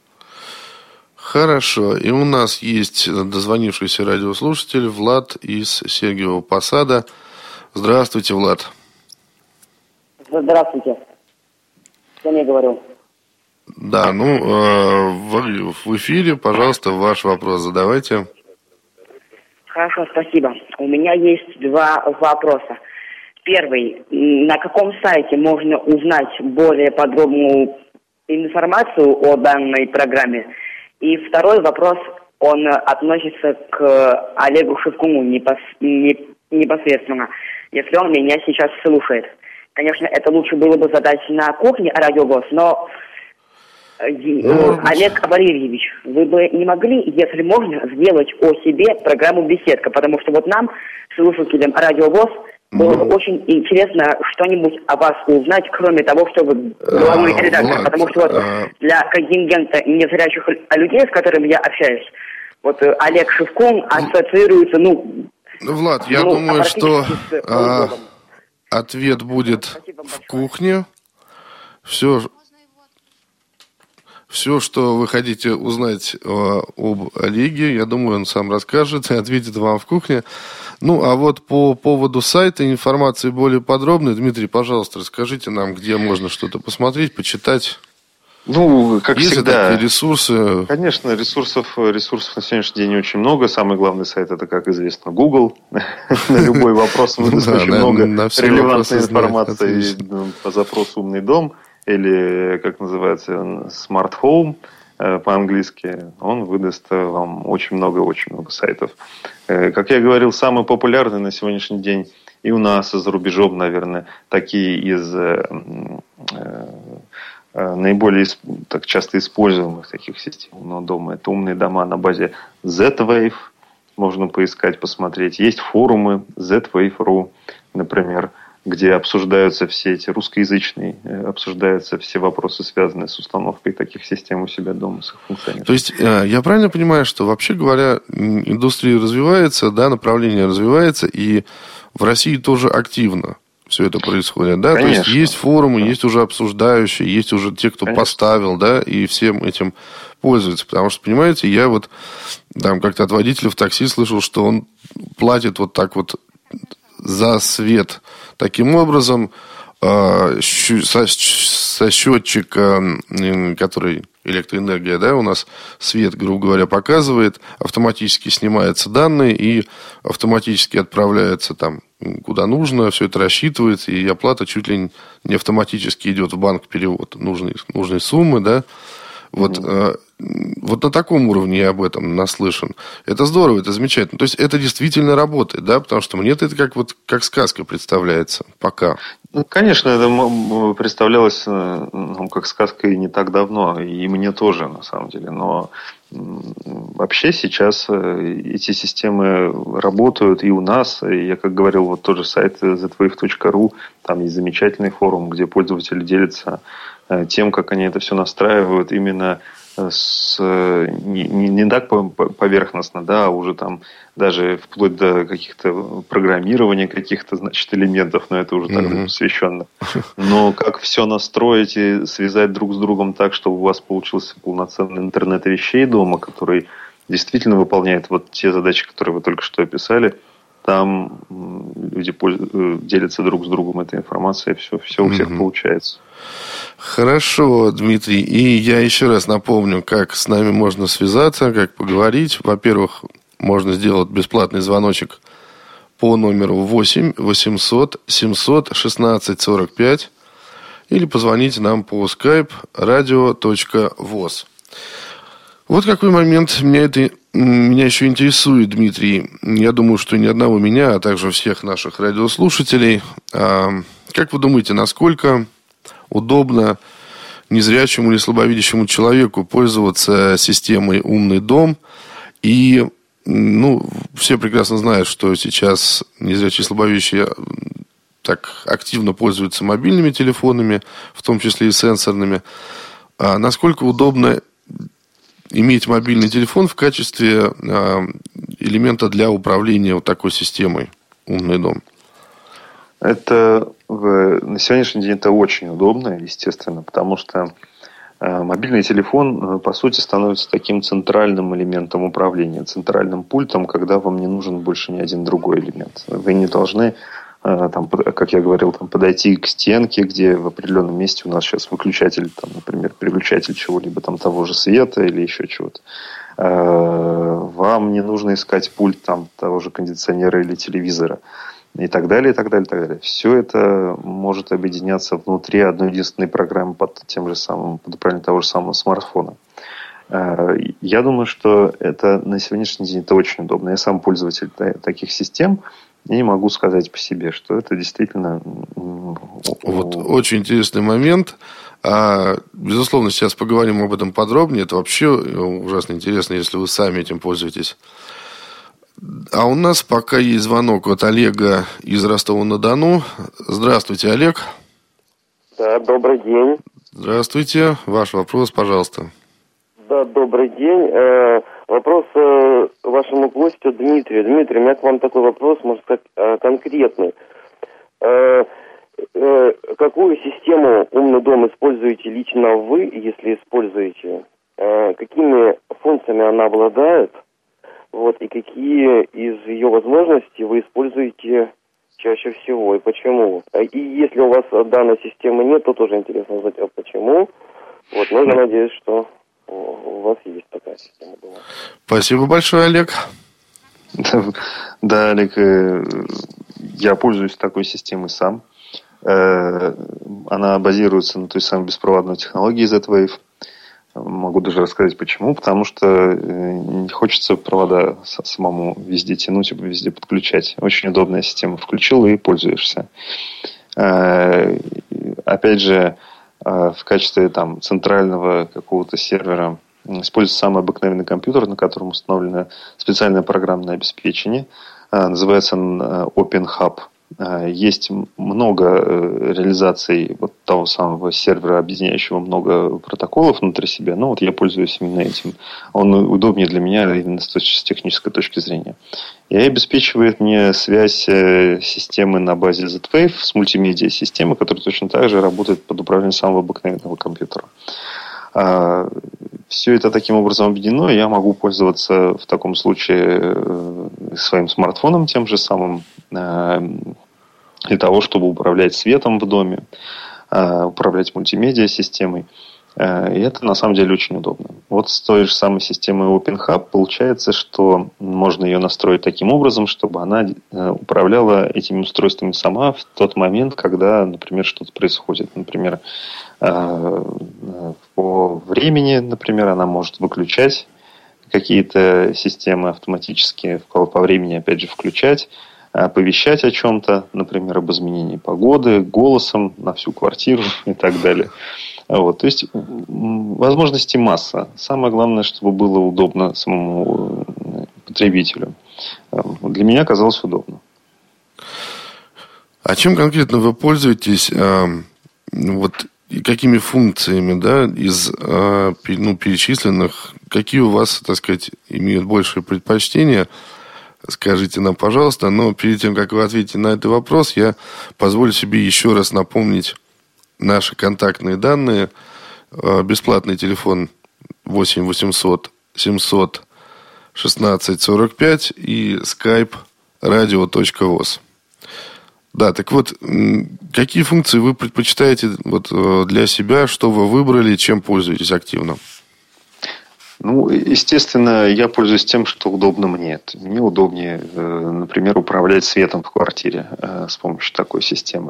Хорошо. И у нас есть дозвонившийся радиослушатель Влад из Сергиева Посада. Здравствуйте, Влад. Здравствуйте. Кто мне говорил? Да, вы в эфире, пожалуйста, ваш вопрос задавайте. Хорошо, спасибо. У меня есть два вопроса. Первый. На каком сайте можно узнать более подробную информацию о данной программе? И второй вопрос, он относится к Олегу Шевкуну непосредственно, если он меня сейчас слушает. Конечно, это лучше было бы задать на кухне Радио ВОС, но Олег Валерьевич, вы бы не могли, если можно, сделать о себе программу «Беседка», потому что вот нам, слушателям Радио ВОС, было бы очень интересно что-нибудь о вас узнать, кроме того, что вы главный редактор, потому что вот для контингента незрячих людей, с которыми я общаюсь, вот Олег Шевкун ассоциируется, Влад, я думаю, что ответ будет в кухне. Все, что вы хотите узнать об Олеге, я думаю, он сам расскажет и ответит вам в кухне. Ну, а вот по поводу сайта информации более подробной, Дмитрий, пожалуйста, расскажите нам, где можно что-то посмотреть, почитать. Ну, как есть всегда. Такие ресурсы? Конечно, ресурсов на сегодняшний день очень много. Самый главный сайт — это, как известно, Google. На любой вопрос выдаст очень много релевантной информации по запросу «Умный дом» или, как называется, Smart Home по-английски. Он выдаст вам очень много сайтов. Как я говорил, самый популярный на сегодняшний день и у нас, и за рубежом, наверное, такие из наиболее так часто используемых таких систем умного дома — это умные дома на базе Z-Wave. Можно поискать, посмотреть. Есть форумы Z-Wave.ru, например, где обсуждаются все эти русскоязычные, обсуждаются все вопросы, связанные с установкой таких систем у себя дома, с их функционированием. То есть, я правильно понимаю, что, вообще говоря, индустрия развивается, да, направление развивается, и в России тоже активно все это происходит, да? Конечно. То есть форумы, есть уже обсуждающие, есть уже те, кто поставил, да, и всем этим пользуются. Потому что, понимаете, я вот там как-то от водителя в такси слышал, что он платит вот так вот за свет таким образом, со счетчика, который электроэнергия, да, у нас свет, грубо говоря, показывает, автоматически снимаются данные и автоматически отправляется там куда нужно, все это рассчитывается, и оплата чуть ли не автоматически идет в банк, перевод нужной суммы, да. Вот, вот на таком уровне я об этом наслышан. Это здорово, это замечательно. То есть, это действительно работает, да? Потому что мне это как сказка представляется пока. Ну, конечно, это представлялось как сказка и не так давно. И мне тоже, на самом деле. Но вообще сейчас эти системы работают и у нас. И я, как говорил, вот тот же сайт zwave.ru, там есть замечательный форум, где пользователи делятся тем, как они это все настраивают, именно не так поверхностно, да, а уже там даже вплоть до каких-то программирования каких-то, значит, элементов, но это уже тогда посвященно. Но как все настроить и связать друг с другом так, чтобы у вас получился полноценный интернет вещей дома, который действительно выполняет вот те задачи, которые вы только что описали, там люди делятся друг с другом этой информацией, все у всех получается. Хорошо, Дмитрий. И я еще раз напомню, как с нами можно связаться, как поговорить. Во-первых, можно сделать бесплатный звоночек по номеру 8 800 700 16 45 или позвоните нам по skype radio.voz. Вот какой момент меня еще интересует, Дмитрий. Я думаю, что ни одного меня, а также всех наших радиослушателей. Как вы думаете, насколько удобно незрячему или слабовидящему человеку пользоваться системой «Умный дом»? И все прекрасно знают, что сейчас незрячие и слабовидящие так активно пользуются мобильными телефонами, в том числе и сенсорными. А насколько удобно иметь мобильный телефон в качестве элемента для управления вот такой системой «Умный дом»? Это на сегодняшний день это очень удобно, естественно, потому что мобильный телефон, по сути, становится таким центральным элементом управления, центральным пультом, когда вам не нужен больше ни один другой элемент. Вы не должны, там, как я говорил, там, подойти к стенке, где в определенном месте у нас сейчас выключатель, там, например, переключатель чего-либо, там, того же света или еще чего-то. Вам не нужно искать пульт там, того же кондиционера или телевизора. И так далее, и так далее, и так далее. Все это может объединяться внутри одной единственной программы под управлением того же самого смартфона. Я думаю, что это на сегодняшний день это очень удобно. Я сам пользователь таких систем и могу сказать по себе, что это действительно... Вот очень интересный момент. Безусловно, сейчас поговорим об этом подробнее. Это вообще ужасно интересно, если вы сами этим пользуетесь. А у нас пока есть звонок от Олега из Ростова-на-Дону. Здравствуйте, Олег. Да, добрый день. Здравствуйте. Ваш вопрос, пожалуйста. Да, добрый день. Вопрос вашему гостю Дмитрию. Дмитрий, у меня к вам такой вопрос, можно сказать, конкретный. Какую систему «Умный дом» используете лично вы, если используете? Какими функциями она обладает? Вот, и какие из ее возможностей вы используете чаще всего и почему? И если у вас данной системы нет, то тоже интересно узнать, а почему. Вот, но я надеюсь, что у вас есть такая система дома. Спасибо большое, Олег. Да, Олег, я пользуюсь такой системой сам. Она базируется на той самой беспроводной технологии Z-Wave. Могу даже рассказать почему. Потому что не хочется провода самому везде тянуть и везде подключать. Очень удобная система. Включил и пользуешься. Опять же, в качестве там центрального какого-то сервера используется самый обыкновенный компьютер, на котором установлено специальное программное обеспечение. Называется он OpenHub. Есть много реализаций вот того самого сервера, объединяющего много протоколов внутри себя. Но вот я пользуюсь именно этим. Он удобнее для меня именно с технической точки зрения. И обеспечивает мне связь системы на базе Z-Wave с мультимедиа-системой, которая точно так же работает под управлением самого обыкновенного компьютера. Все это таким образом объединено, и я могу пользоваться в таком случае своим смартфоном тем же самым для того, чтобы управлять светом в доме, управлять мультимедиа-системой. И это на самом деле очень удобно. Вот с той же самой системой OpenHub получается, что можно ее настроить таким образом, чтобы она управляла этими устройствами сама в тот момент, когда, например, что-то происходит. Например, по времени, например, она может выключать какие-то системы автоматически, по времени, опять же, включать, оповещать о чем-то, например, об изменении погоды, голосом на всю квартиру и так далее. Вот, то есть возможностей масса. Самое главное, чтобы было удобно самому потребителю. Для меня оказалось удобно. А чем конкретно вы пользуетесь? Вот какими функциями, да, из перечисленных, какие у вас, так сказать, имеют большее предпочтение? Скажите нам, пожалуйста. Но перед тем, как вы ответите на этот вопрос, я позволю себе еще раз напомнить наши контактные данные. Бесплатный телефон 8 800 700 16 45 и skype radio.voz. Да, так вот, какие функции вы предпочитаете вот для себя, что вы выбрали, чем пользуетесь активно? Ну, естественно, я пользуюсь тем, что удобно мне. Мне удобнее, например, управлять светом в квартире с помощью такой системы.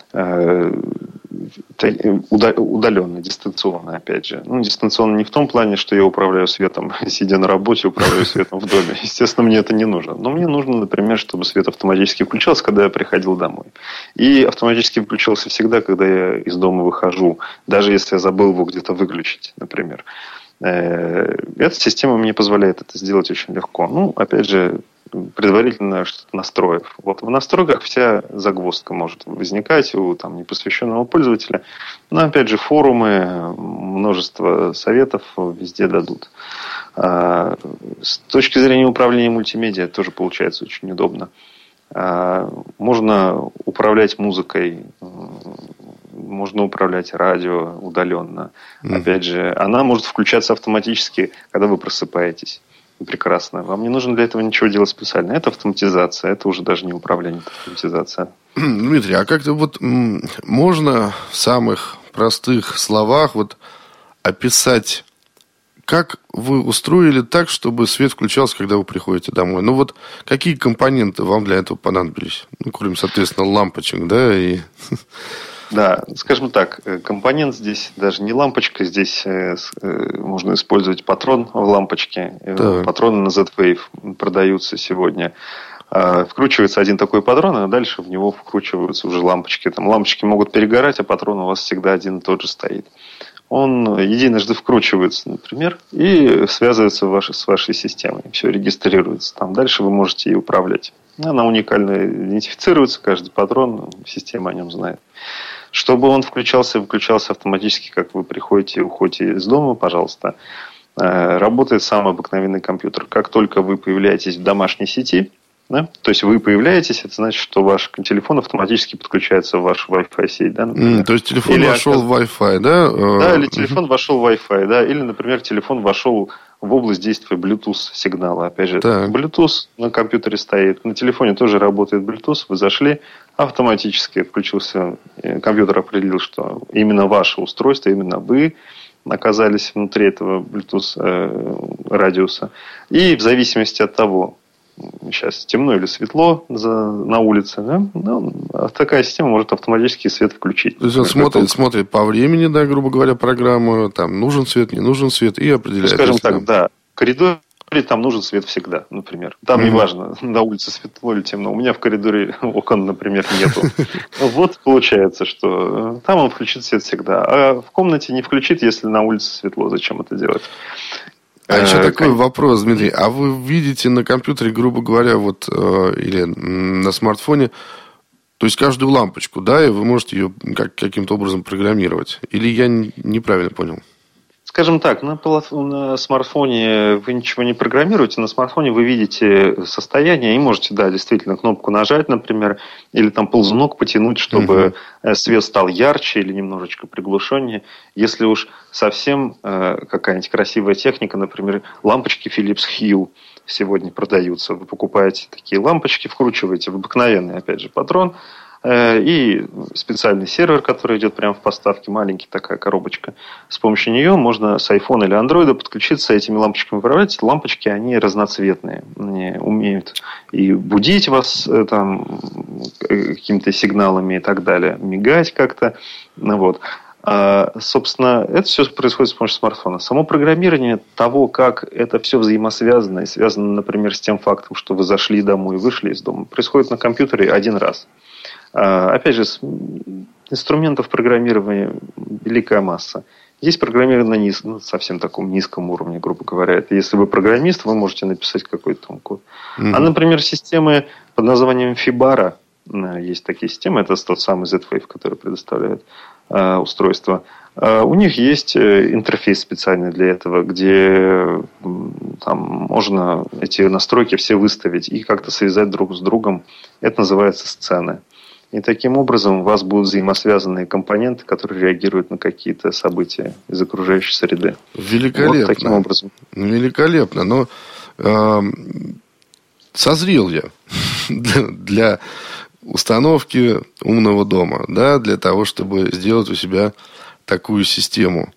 Удаленно, дистанционно, опять же. Ну, дистанционно не в том плане, что я управляю светом, сидя на работе, управляю светом в доме. Естественно, мне это не нужно. Но мне нужно, например, чтобы свет автоматически включался, когда я приходил домой. И автоматически включался всегда, когда я из дома выхожу. Даже если я забыл его где-то выключить, например. Эта система мне позволяет это сделать очень легко. Ну, опять же, предварительно что-то настроив. Вот в настройках вся загвоздка может возникать у там, непосвященного пользователя. Но, опять же, форумы, множество советов везде дадут. С точки зрения управления мультимедиа тоже получается очень удобно. Можно управлять музыкой, можно управлять радио удаленно. Опять же, она может включаться автоматически, когда вы просыпаетесь. Прекрасно. Вам не нужно для этого ничего делать специально. Это автоматизация. Это уже даже не управление, это автоматизация. Дмитрий, а как-то вот можно в самых простых словах вот описать, как вы устроили так, чтобы свет включался, когда вы приходите домой? Ну вот какие компоненты вам для этого понадобились? Ну, кроме, соответственно, лампочек, да, и... Да, скажем так, компонент здесь даже не лампочка, здесь можно использовать патрон в лампочке. Так. Патроны на Z-Wave продаются сегодня. Вкручивается один такой патрон, а дальше в него вкручиваются уже лампочки. Там лампочки могут перегорать, а патрон у вас всегда один и тот же стоит. Он единожды вкручивается, например, и связывается с вашей системой. Все регистрируется. Там дальше вы можете ей управлять. Она уникально идентифицируется, каждый патрон, система о нем знает. Чтобы он включался и выключался автоматически, как вы приходите и уходите из дома, пожалуйста, работает самый обыкновенный компьютер. Как только вы появляетесь в домашней сети, да, то есть вы появляетесь, это значит, что ваш телефон автоматически подключается в вашу Wi-Fi сеть. Да, то есть телефон вошел в Wi-Fi, да? Да, или телефон вошел в Wi-Fi, да, или, например, телефон вошел в область действия Bluetooth сигнала. Опять же, Так. Bluetooth на компьютере стоит, на телефоне тоже работает Bluetooth. Вы зашли, автоматически включился, компьютер определил, что именно ваше устройство, именно вы оказались внутри этого Bluetooth радиуса. И в зависимости от того, сейчас темно или светло на улице, да? Такая система может автоматически свет включить. То есть он смотрит по времени, да, грубо говоря, программу, там нужен свет, не нужен свет, и определяет. Скажем так, да, в коридоре там нужен свет всегда, например. Там неважно, на улице светло или темно. У меня в коридоре окон, например, нету. Вот получается, что там он включит свет всегда. А в комнате не включит, если на улице светло. Зачем это делать? А еще такой вопрос, Дмитрий. А вы видите на компьютере, грубо говоря, вот или на смартфоне, то есть каждую лампочку, да, и вы можете ее каким-то образом программировать? Или я неправильно понял? Скажем так, на смартфоне вы ничего не программируете, на смартфоне вы видите состояние и можете, да, действительно, кнопку нажать, например, или там ползунок потянуть, чтобы свет стал ярче или немножечко приглушеннее. Если уж совсем какая-нибудь красивая техника, например, лампочки Philips Hue сегодня продаются. Вы покупаете такие лампочки, вкручиваете в обыкновенный, опять же, патрон, и специальный сервер, который идет прямо в поставке, маленький такая коробочка. С помощью нее можно с iPhone или Android подключиться, этими лампочками управлять. Лампочки, они разноцветные. Они умеют и будить вас там какими-то сигналами и так далее, мигать как-то. Вот. Собственно, это все происходит с помощью смартфона. Само программирование того, как это все взаимосвязано и связано, например, с тем фактом, что вы зашли домой и вышли из дома, происходит на компьютере один раз. Опять же, инструментов программирования великая масса. Есть программирование на совсем таком низком уровне, грубо говоря. Это если вы программист, вы можете написать какой-то там код. А, например, системы под названием Fibara, есть такие системы, это тот самый Z-Wave, который предоставляет устройство. У них есть интерфейс специальный для этого, где там можно эти настройки все выставить и как-то связать друг с другом. Это называется сцены. И таким образом у вас будут взаимосвязанные компоненты, которые реагируют на какие-то события из окружающей среды. Великолепно. Вот таким образом. Великолепно. Но созрел я для установки умного дома, да, для того, чтобы сделать у себя такую систему.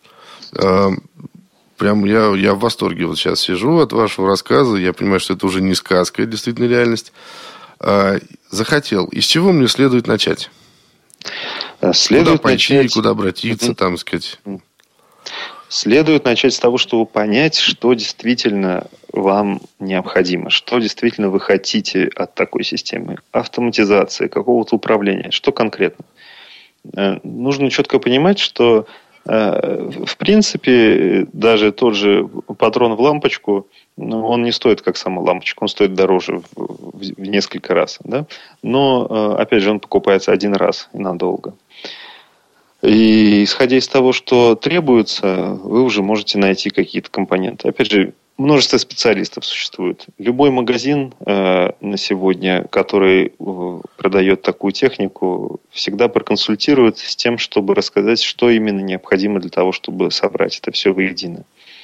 Прям я в восторге вот сейчас сижу от вашего рассказа. Я понимаю, что это уже не сказка, это действительно реальность. Захотел. И с чего мне следует начать? Куда пойти, куда обратиться, там, сказать? Следует начать с того, чтобы понять, что действительно вам необходимо, что действительно вы хотите от такой системы. Автоматизации, какого-то управления, что конкретно. Нужно четко понимать, что в принципе даже тот же патрон в лампочку, он не стоит как сама лампочка, он стоит дороже в несколько раз. Да? Но, опять же, он покупается один раз и надолго. И исходя из того, что требуется, вы уже можете найти какие-то компоненты. Опять же, множество специалистов существует. Любой магазин на сегодня, который продает такую технику, всегда проконсультирует с тем, чтобы рассказать, что именно необходимо для того, чтобы собрать это все воедино.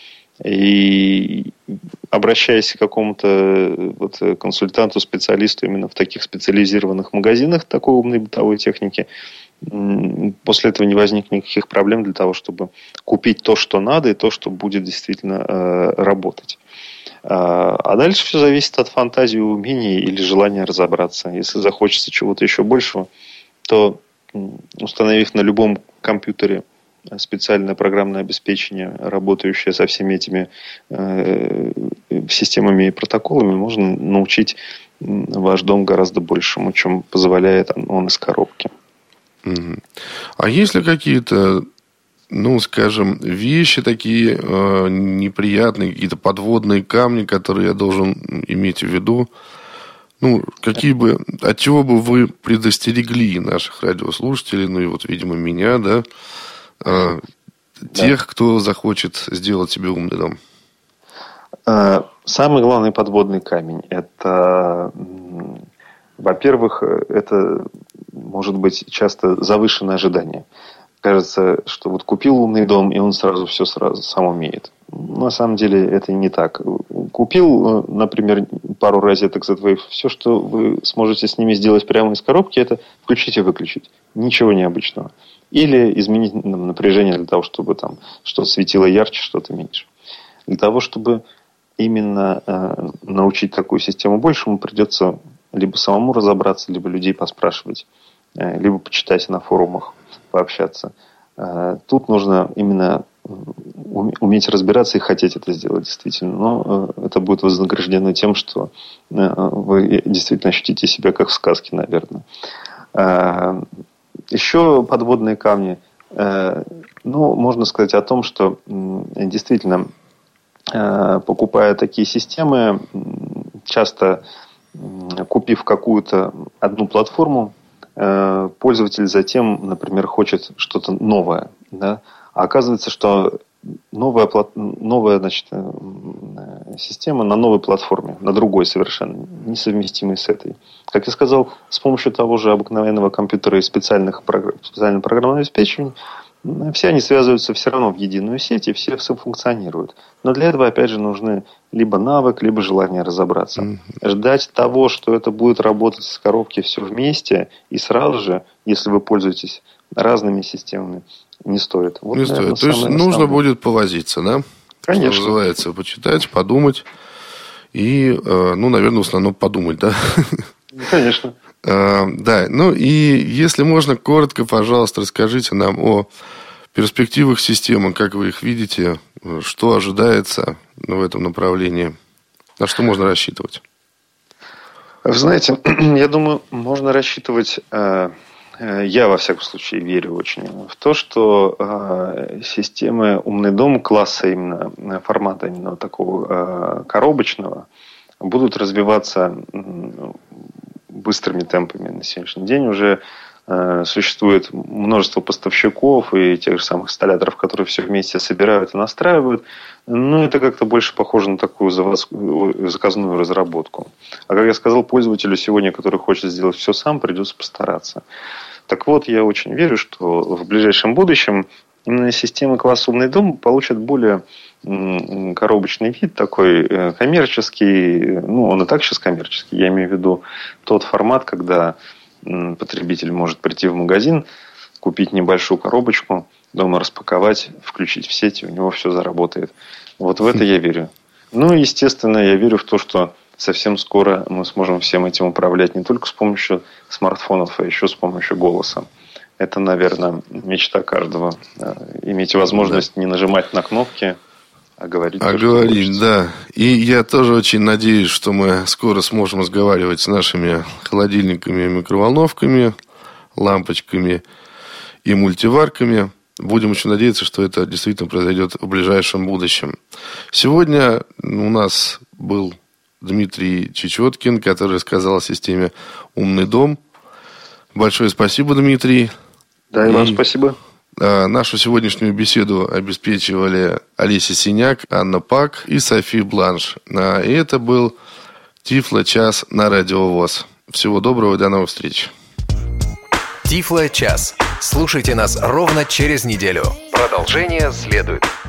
И обращаясь к какому-то консультанту, специалисту именно в таких специализированных магазинах такой умной бытовой техники, после этого не возникнет никаких проблем для того, чтобы купить то, что надо, и то, что будет действительно работать. А дальше все зависит от фантазии, умений или желания разобраться. Если захочется чего-то еще большего, то, установив на любом компьютере специальное программное обеспечение, работающее со всеми этими системами и протоколами, можно научить ваш дом гораздо большему, чем позволяет он из коробки. А есть ли какие-то, скажем, вещи такие неприятные, какие-то подводные камни, которые я должен иметь в виду? От чего бы вы предостерегли наших радиослушателей, видимо, меня, да, тех, кто захочет сделать себе умный дом? Самый главный подводный камень – это, во-первых, это может быть часто завышенное ожидание. кажется, что вот купил умный дом, и он сразу сам умеет. На самом деле это не так. Купил, например, пару розеток за твои, все, что вы сможете с ними сделать прямо из коробки, это включить и выключить. Ничего необычного. Или изменить напряжение для того, чтобы там что-то светило ярче, что-то меньше. Для того, чтобы именно научить такую систему большему, придется либо самому разобраться, либо людей поспрашивать, либо почитать на форумах, пообщаться. Тут нужно именно уметь разбираться и хотеть это сделать действительно. Но это будет вознаграждено тем, что вы действительно ощутите себя как в сказке, наверное. Еще подводные камни. Можно сказать о том, что действительно, покупая такие системы, часто купив какую-то одну платформу, пользователь затем, например, хочет что-то новое, да? А оказывается, что новая система на новой платформе, на другой совершенно, несовместимой с этой. Как я сказал, с помощью того же обыкновенного компьютера и специального программного обеспечения, все они связываются все равно в единую сеть, и все функционируют. Но для этого, опять же, нужны либо навык, либо желание разобраться. Ждать того, что это будет работать с коробки все вместе, и сразу же, если вы пользуетесь разными системами, не стоит. Вот, не наверное, стоит. То есть нужно будет повозиться, да? Конечно. Что называется, почитать, подумать. И, наверное, в основном подумать, да? Конечно. Да, и если можно, коротко, пожалуйста, расскажите нам о перспективах системы, как вы их видите, что ожидается в этом направлении, на что можно рассчитывать? Вы знаете, я думаю, можно рассчитывать, я во всяком случае верю очень в то, что системы «Умный дом» класса именно, формата именно такого коробочного будут развиваться быстрыми темпами на сегодняшний день. Уже существует множество поставщиков и тех же самых инсталляторов, которые все вместе собирают и настраивают. Но это как-то больше похоже на такую заказную разработку. А как я сказал, пользователю сегодня, который хочет сделать все сам, придется постараться. Так вот, я очень верю, что в ближайшем будущем именно системы класса «Умный дом» получат более коробочный вид, такой коммерческий. Он и так сейчас коммерческий. Я имею в виду тот формат, когда потребитель может прийти в магазин, купить небольшую коробочку, дома распаковать, включить в сеть, и у него все заработает. Вот в это я верю. Естественно, я верю в то, что совсем скоро мы сможем всем этим управлять не только с помощью смартфонов, а еще с помощью голоса. Это, наверное, мечта каждого. Иметь возможность не нажимать на кнопки, а говорить. Да. И я тоже очень надеюсь, что мы скоро сможем разговаривать с нашими холодильниками, микроволновками, лампочками и мультиварками. Будем очень надеяться, что это действительно произойдет в ближайшем будущем. Сегодня у нас был Дмитрий Чечеткин, который рассказал о системе «Умный дом». Большое спасибо, Дмитрий. Да, и вам спасибо. Нашу сегодняшнюю беседу обеспечивали Олеся Синяк, Анна Пак и Софи Бланш. И это был Тифло-час на Радио ВОС. Всего доброго и до новых встреч. Тифло-час. Слушайте нас ровно через неделю. Продолжение следует.